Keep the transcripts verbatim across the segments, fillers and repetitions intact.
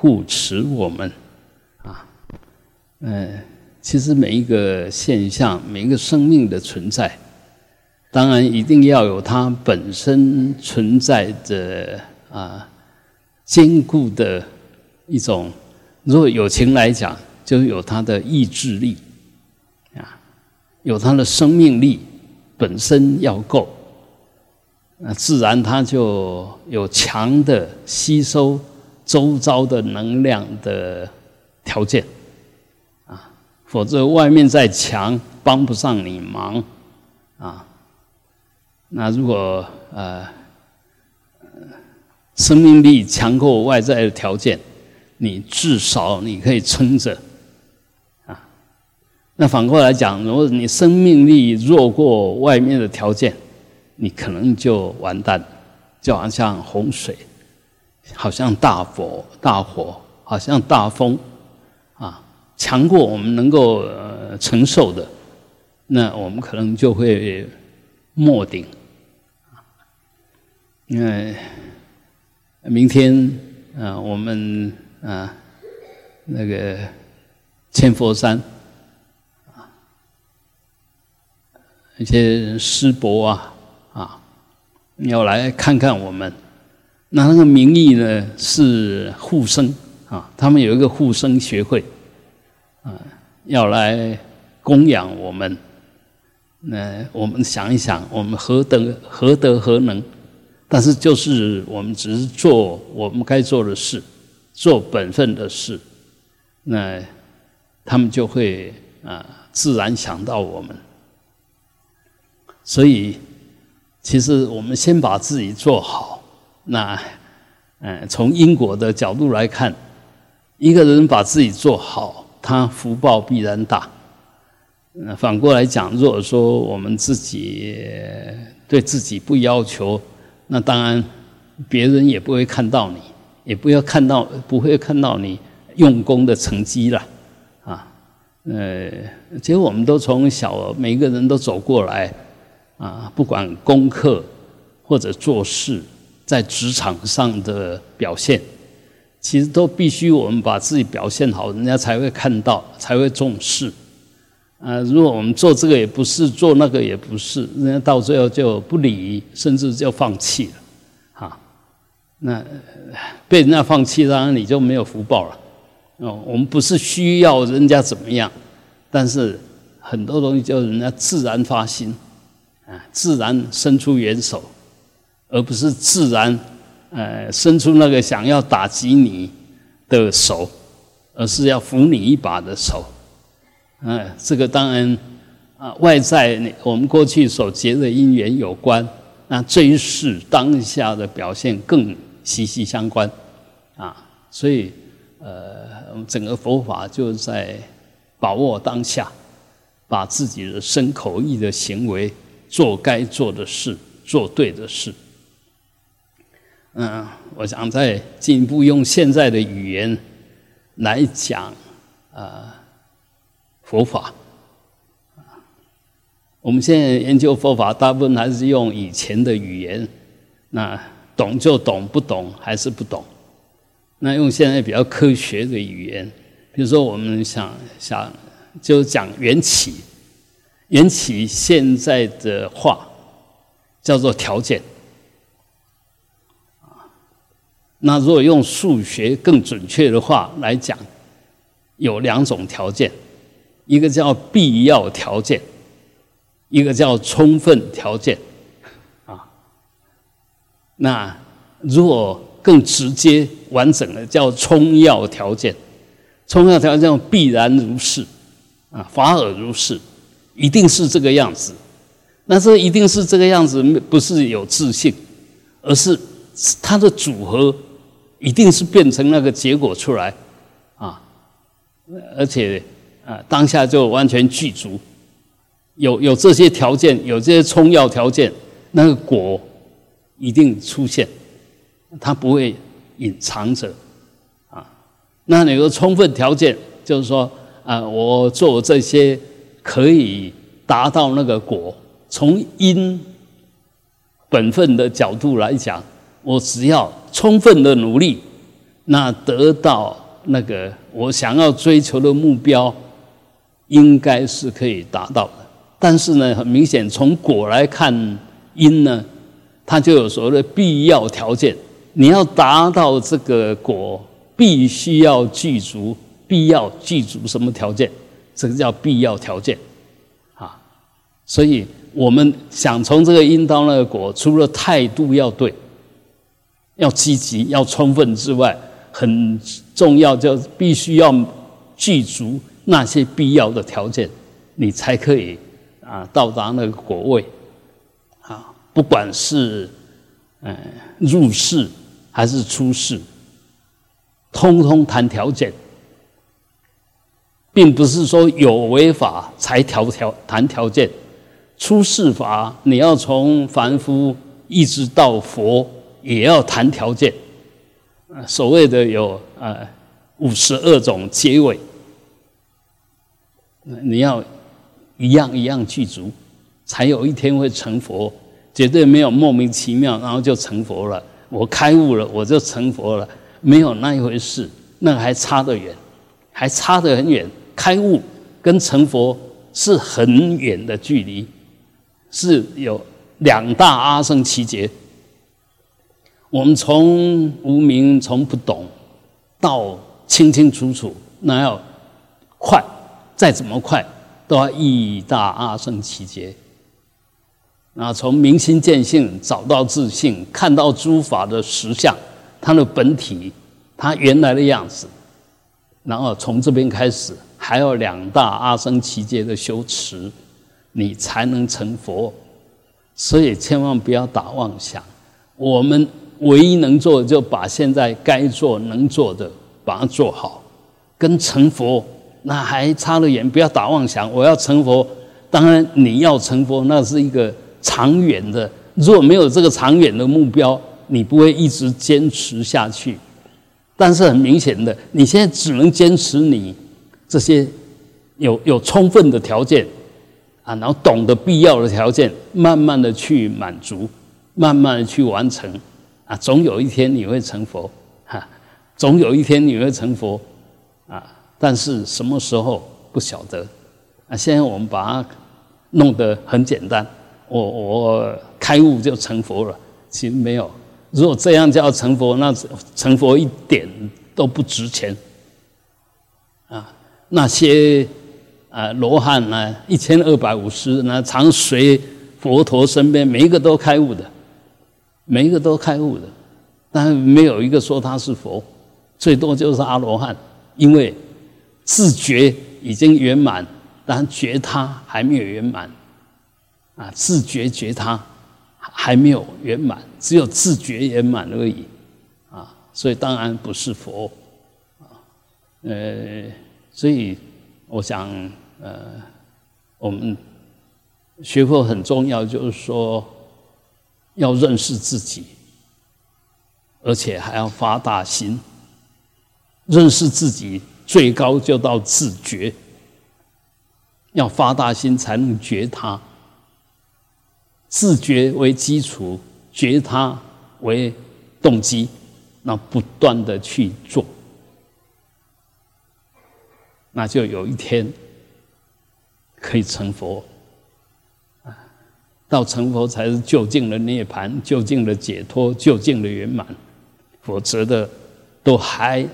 护持我们啊。嗯，其实每一个现象，每一个生命的存在，当然一定要有它本身存在的啊坚固的一种，如果有情来讲，就有它的意志力啊，有它的生命力本身要够，那自然它就有强的吸收周遭的能量的条件啊，否则外面再强帮不上你忙啊。那如果呃生命力强过外在的条件，你至少你可以撑着啊。那反过来讲，如果你生命力弱过外面的条件，你可能就完蛋，就好像洪水，好像大火、大火，好像大风啊，强过我们能够、呃、承受的，那我们可能就会没顶。因为明天啊、呃，我们啊那个千佛山啊，一些师伯啊啊，要来看看我们。那那个名义呢是护生啊，他们有一个护生学会啊，要来供养我们。那我们想一想，我们何德何德何能？但是就是我们只是做我们该做的事，做本分的事，那他们就会啊自然想到我们。所以其实我们先把自己做好。那呃从因果的角度来看，一个人把自己做好，他福报必然大。呃反过来讲，如果说我们自己对自己不要求，那当然别人也不会看到你，也不要看到不会看到你用功的成绩了啊。呃其实我们都从小每一个人都走过来啊，不管功课或者做事，在职场上的表现，其实都必须我们把自己表现好，人家才会看到，才会重视。啊，如果我们做这个也不是，做那个也不是，人家到最后就不理，甚至就放弃了，哈。那被人家放弃，当然你就没有福报了。哦，我们不是需要人家怎么样，但是很多东西就人家自然发心，啊，自然伸出援手，而不是自然呃伸出那个想要打击你的手，而是要扶你一把的手。嗯，这个当然啊，外在我们过去所结的因缘有关，那这一世当下的表现更息息相关啊。所以呃，整个佛法就在把握当下，把自己的身口意的行为做该做的事，做对的事。嗯，我想再进一步用现在的语言来讲啊。呃佛法，我们现在研究佛法，大部分还是用以前的语言，那懂就懂，不懂还是不懂。那用现在比较科学的语言，比如说我们想想就讲缘起，缘起现在的话叫做条件。那如果用数学更准确的话来讲，有两种条件。一个叫必要条件，一个叫充分条件，啊，那如果更直接完整的叫充要条件，充要条件必然如是，啊，法尔如是，一定是这个样子。那这一定是这个样子，不是有自信，而是它的组合一定是变成那个结果出来，啊，而且。啊，当下就完全具足，有有这些条件，有这些充要条件，那个果一定出现，它不会隐藏着啊。那有个充分条件，就是说啊，我做这些可以达到那个果。从因本分的角度来讲，我只要充分的努力， 那得到那个我想要追求的目标，应该是可以达到的。但是呢，很明显从果来看，因呢，它就有所谓的必要条件。你要达到这个果，必须要具足，必要具足什么条件？这个叫必要条件啊。所以我们想从这个因到那个果，除了态度要对，要积极、要充分之外，很重要就必须要具足那些必要的条件，你才可以啊到达那个果位啊。不管是呃入世还是出世，通通谈条件，并不是说有为法才条条谈条件。出世法你要从凡夫一直到佛，也要谈条件。所谓的有呃五十二种结尾，你要一样一样具足，才有一天会成佛。绝对没有莫名其妙然后就成佛了，我开悟了我就成佛了，没有那一回事，那个还差得远，还差得很远。开悟跟成佛是很远的距离，是有两大阿僧祇劫。我们从无明，从不懂到清清楚楚，那要快，再怎么快都要一大阿僧祇劫。那从明心见性找到自性，看到诸法的实相，它的本体，它原来的样子，然后从这边开始，还有两大阿僧祇劫的修持，你才能成佛。所以千万不要打妄想，我们唯一能做的就把现在该做能做的把它做好，跟成佛那还差得远。不要打妄想我要成佛，当然你要成佛那是一个长远的，如果没有这个长远的目标，你不会一直坚持下去。但是很明显的，你现在只能坚持你这些有有充分的条件啊，然后懂得必要的条件，慢慢的去满足，慢慢的去完成啊，总有一天你会成佛哈、啊，总有一天你会成佛啊，但是什么时候不晓得啊。现在我们把它弄得很简单。我我开悟就成佛了，其实没有。如果这样叫成佛，那成佛一点都不值钱啊！那些啊罗汉呢，一千二百五十，那常随佛陀身边，每一个都开悟的，每一个都开悟的，但没有一个说他是佛，最多就是阿罗汉，因为自觉已经圆满，但觉他还没有圆满。啊，自觉觉他还没有圆满，只有自觉圆满而已啊，所以当然不是佛啊。呃，所以我想，呃，我们学佛很重要，就是说要认识自己，而且还要发大心。认识自己最高就到自觉，要发大心才能觉他。自觉为基础，觉他为动机，那不断的去做，那就有一天可以成佛。到成佛才是究竟的涅槃，究竟的解脱，究竟的圆满，否则的都还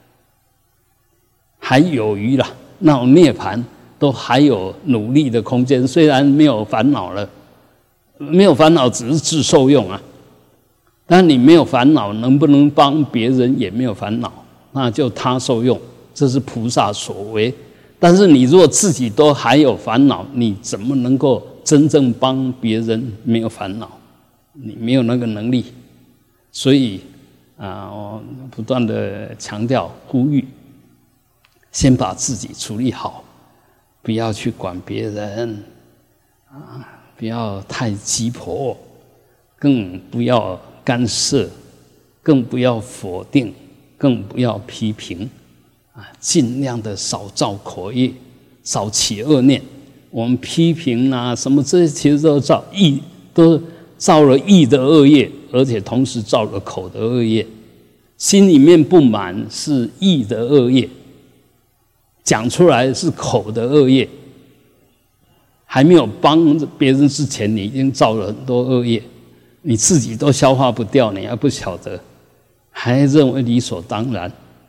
还有余啦。那种涅槃都还有努力的空间，虽然没有烦恼了。没有烦恼只是自受用啊，但你没有烦恼，能不能帮别人也没有烦恼，那就他受用，这是菩萨所为。但是你如果自己都还有烦恼，你怎么能够真正帮别人没有烦恼？你没有那个能力。所以啊，我不断的强调呼吁，先把自己处理好，不要去管别人啊。不要太鸡婆，更不要干涉，更不要否定，更不要批评啊！尽量的少造口业，少起恶念。我们批评啊什么这些，其实都造意，都造了意的恶业，而且同时造了口的恶业。 心里面不满是意的恶业，讲出来是口的恶业。还没有帮别人之前，你已经造了很多恶业，你自己都消化不掉，你还不晓得，还认为理所当然。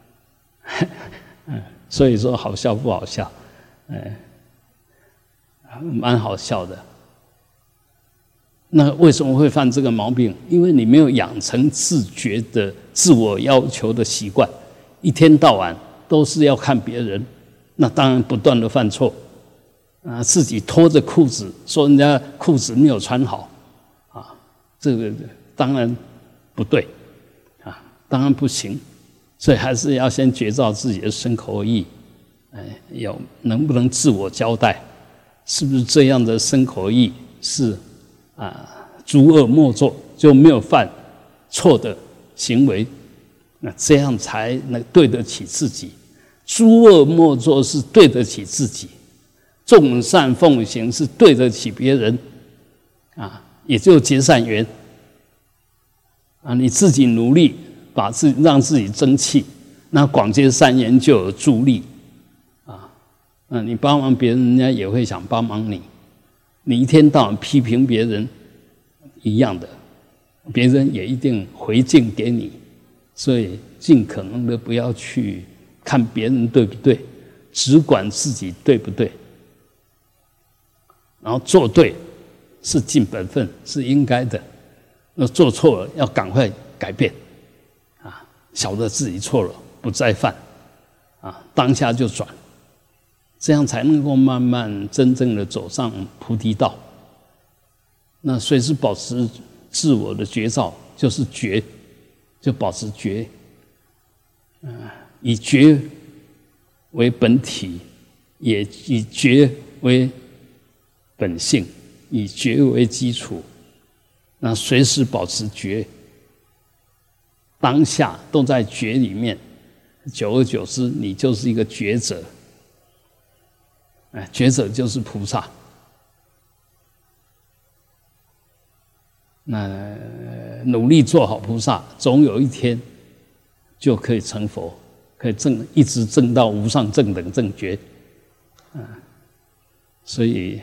所以说好笑不好笑？哎，蛮好笑的。那为什么会犯这个毛病？因为你没有养成自觉的自我要求的习惯，一天到晚都是要看别人，那当然不断的犯错。啊，自己拖着裤子说人家裤子没有穿好，啊，这个当然不对，啊，当然不行，所以还是要先觉照自己的身口意，哎，有能不能自我交代，是不是这样的身口意是啊诸恶莫作，就没有犯错的行为，那这样才能对得起自己。诸恶莫作是对得起自己。众善奉行是对得起别人，啊，也就结善缘，啊，你自己努力把自己让自己争气，那广结善缘就有助力，啊，那你帮忙别人，人家也会想帮忙你。你一天到晚批评别人，一样的，别人也一定回敬给你，所以尽可能的不要去看别人对不对，只管自己对不对。然后做对是尽本分，是应该的。那做错了要赶快改变，啊，晓得自己错了，不再犯，啊，当下就转，这样才能够慢慢真正的走上菩提道。那随时保持自我的觉照，就是觉，就保持觉，啊，以觉为本体，也以觉为本性，以觉为基础，那随时保持觉，当下都在觉里面，久而久之，你就是一个觉者。哎，觉者就是菩萨。那努力做好菩萨，总有一天就可以成佛，可以证，一直证到无上正等正觉。啊，所以。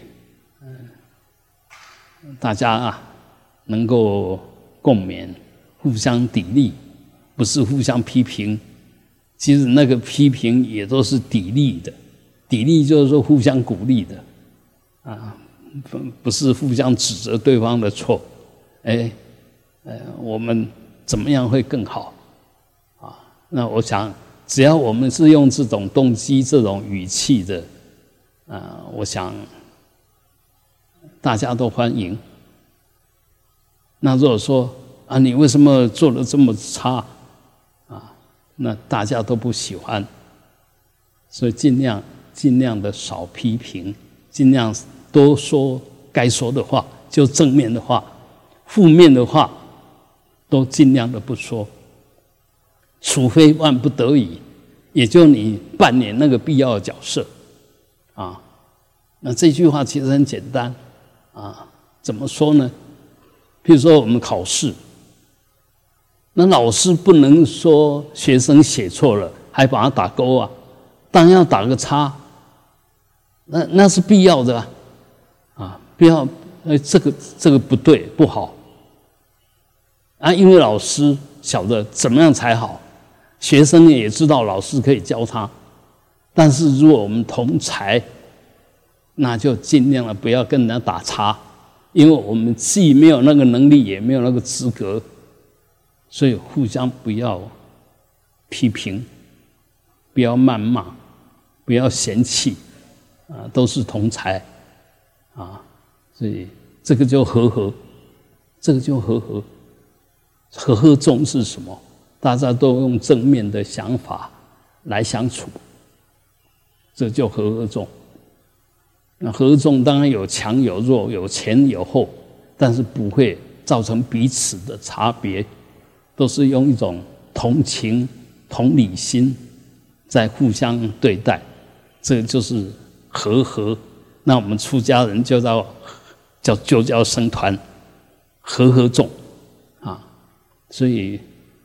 大家啊，能够共勉，互相砥砺，不是互相批评。其实那个批评也都是砥砺的，砥砺就是说互相鼓励的，啊，不不是互相指责对方的错。哎，呃，我们怎么样会更好？啊，那我想，只要我们是用这种动机、这种语气的，啊，我想。大家都欢迎。那如果说啊，你为什么做得这么差啊？那大家都不喜欢，所以尽量尽量的少批评，尽量多说该说的话，就正面的话，负面的话都尽量的不说，除非万不得已，也就你扮演那个必要的角色啊。那这句话其实很简单。啊，怎么说呢？譬如说我们考试，那老师不能说学生写错了还把他打勾啊，当然要打个叉，那那是必要的啊，啊，不要，呃，这个这个不对不好啊，因为老师晓得怎么样才好，学生也知道老师可以教他，但是如果我们同才，那就尽量的不要跟人家打叉，因为我们既没有那个能力，也没有那个资格，所以互相不要批评，不要谩骂，不要嫌弃，啊，都是同才，啊，所以这个就和合，这个就和合，和合众是什么？大家都用正面的想法来相处，这就和合众。那和众当然有强有弱，有前有后，但是不会造成彼此的差别，都是用一种同情、同理心在互相对待，这就是和合。那我们出家人就叫叫就叫僧团和合众啊，所以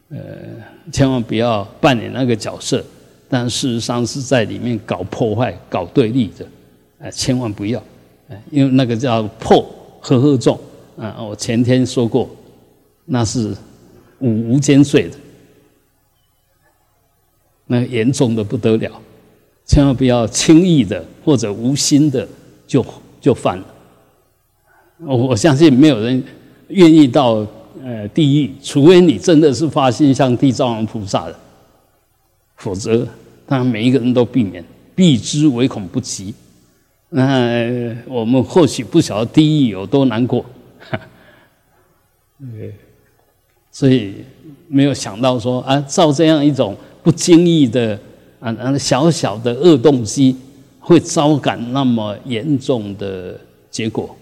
呃，千万不要扮演那个角色，但事实上是在里面搞破坏、搞对立的，呃，千万不要，呃，因为那个叫破和合众啊，我前天说过，那是五无间罪的，那严重的不得了，千万不要轻易的或者无心的就就犯了。我相信没有人愿意到呃地狱，除非你真的是发心像地藏王菩萨的，否则当然每一个人都避免，避之唯恐不及。那我们或许不晓得地狱有多难过，所以没有想到说啊，照这样一种不经意的啊小小的恶动机，会招感那么严重的结果。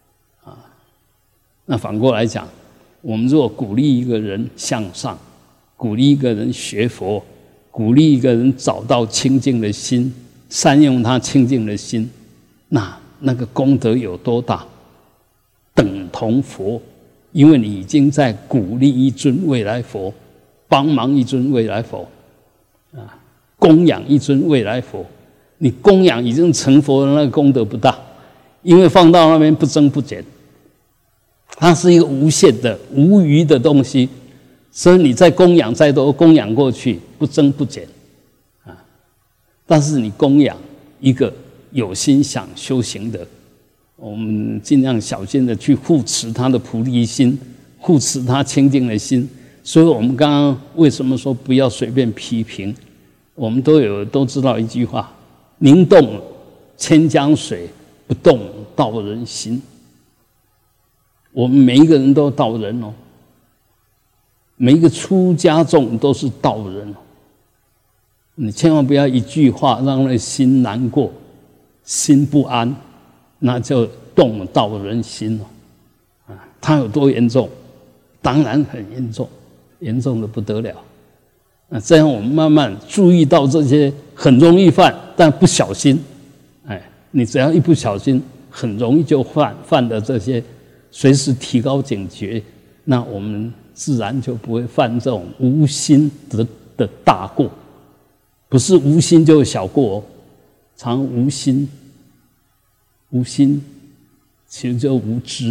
那反过来讲，我们如果鼓励一个人向上，鼓励一个人学佛，鼓励一个人找到清净的心，善用他清净的心，那那个功德有多大？等同佛，因为你已经在鼓励一尊未来佛，帮忙一尊未来佛，啊，供养一尊未来佛。你供养已经成佛的那个功德不大，因为放到那边不增不减。它是一个无限的、无余的东西，所以你再供养再多，供养过去不增不减，啊！但是你供养一个有心想修行的，我们尽量小心的去护持他的菩提心，护持他清净的心。所以我们刚刚为什么说不要随便批评？我们都有都知道一句话：宁动千江水，不动道人心。我们每一个人都道人哦，每一个出家众都是道人哦。你千万不要一句话让那心难过、心不安，那就动道人心哦。啊，它有多严重？当然很严重，严重的不得了。那这样我们慢慢注意到这些很容易犯，但不小心，哎，你只要一不小心，很容易就犯犯的这些。随时提高警觉，那我们自然就不会犯这种无心的的大过。不是无心就是小过哦，常无心，无心其实就无知。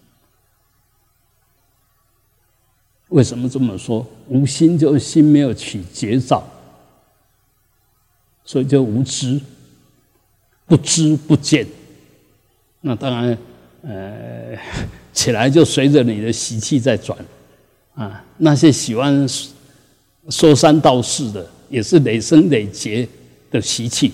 为什么这么说？无心就是心没有起觉照，所以就无知，不知不见。那当然。呃，起来就随着你的习气在转，啊，那些喜欢说三道四的，也是累生累劫的习气。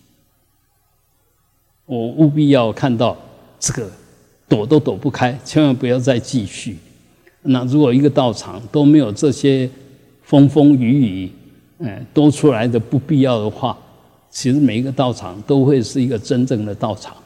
我务必要看到这个，躲都躲不开，千万不要再继续。那如果一个道场都没有这些风风雨雨，呃，多出来的不必要的话，其实每一个道场都会是一个真正的道场。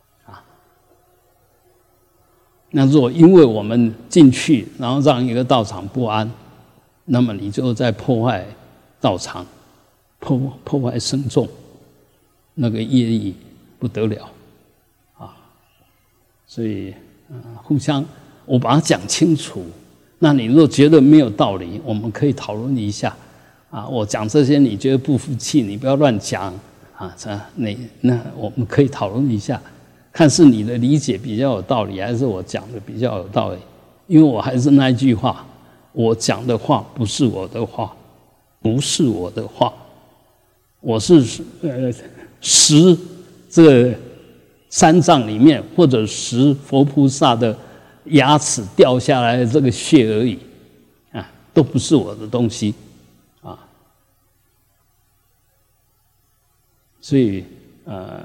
那如果因为我们进去，然后让一个道场不安，那么你就在破坏道场，破破坏僧众，那个业力不得了啊！所以，呃，互相我把它讲清楚。那你若觉得没有道理，我们可以讨论一下啊。我讲这些你觉得不服气，你不要乱讲啊。这那那我们可以讨论一下。看是你的理解比较有道理，还是我讲的比较有道理？因为我还是那一句话，我讲的话不是我的话，不是我的话，我是呃识这个三藏里面，或者识佛菩萨的牙齿掉下来的这个血而已，啊，都不是我的东西啊。所以呃。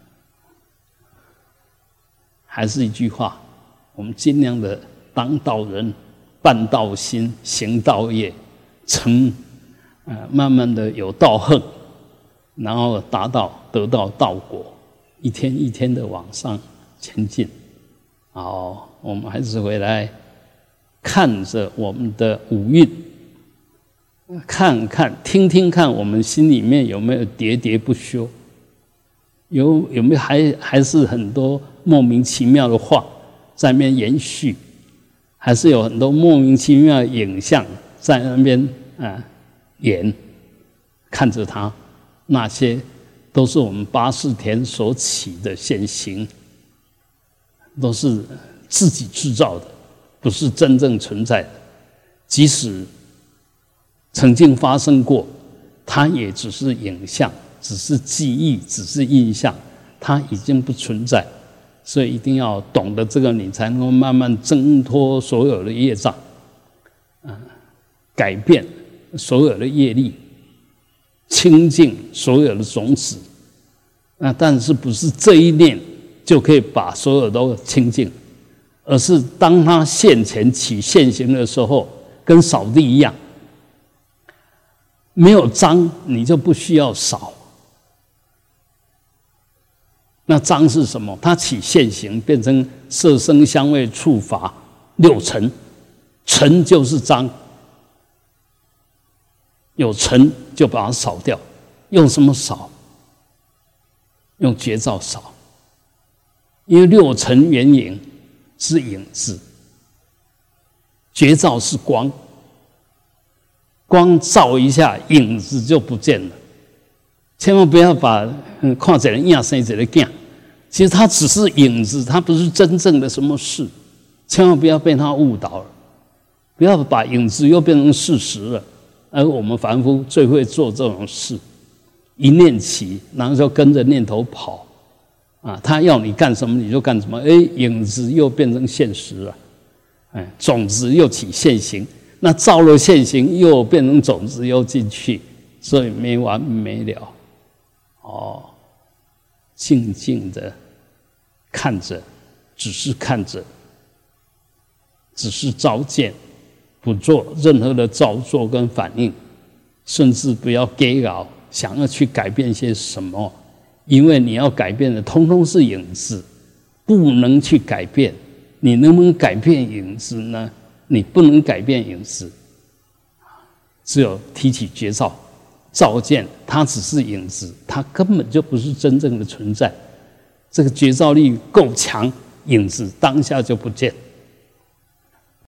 还是一句话，我们尽量的当道人，办道心，行道业，成，呃，慢慢的有道行，然后达到得到道果，一天一天的往上前进。好，我们还是回来看着我们的五蕴，看看听听看，我们心里面有没有喋喋不休，有有没有还还是很多莫名其妙的话在那边延续，还是有很多莫名其妙的影像在那边啊演，看着他，那些都是我们八识田所起的现行，都是自己制造的，不是真正存在的。即使曾经发生过，它也只是影像，只是记忆，只是印象，它已经不存在。所以一定要懂得这个，你才能够慢慢挣脱所有的业障，啊，改变所有的业力，清净所有的种子。那但是不是这一念就可以把所有都清净，而是当它现前起现行的时候，跟扫地一样，没有脏你就不需要扫。那脏是什么？它起现行，变成色声香味触法六尘，尘就是脏，有尘就把它扫掉。用什么扫？用觉照扫。因为六尘缘影是影子，觉照是光，光照一下，影子就不见了。千万不要把看起来样生一个囝，其实它只是影子，它不是真正的什么事。千万不要被它误导了，不要把影子又变成事实了。而我们凡夫最会做这种事，一念起，然后就跟着念头跑啊，他要你干什么你就干什么，哎，影子又变成现实了，哎，种子又起现行，那造了现行又变成种子又进去，所以没完没了。哦，静静的看着，只是看着，只是照见，不做任何的造作跟反应，甚至不要给搞，想要去改变些什么，因为你要改变的通通是影子，不能去改变。你能不能改变影子呢？你不能改变影子，只有提起觉照，照见它只是影子，它根本就不是真正的存在。这个觉照力够强，影子当下就不见。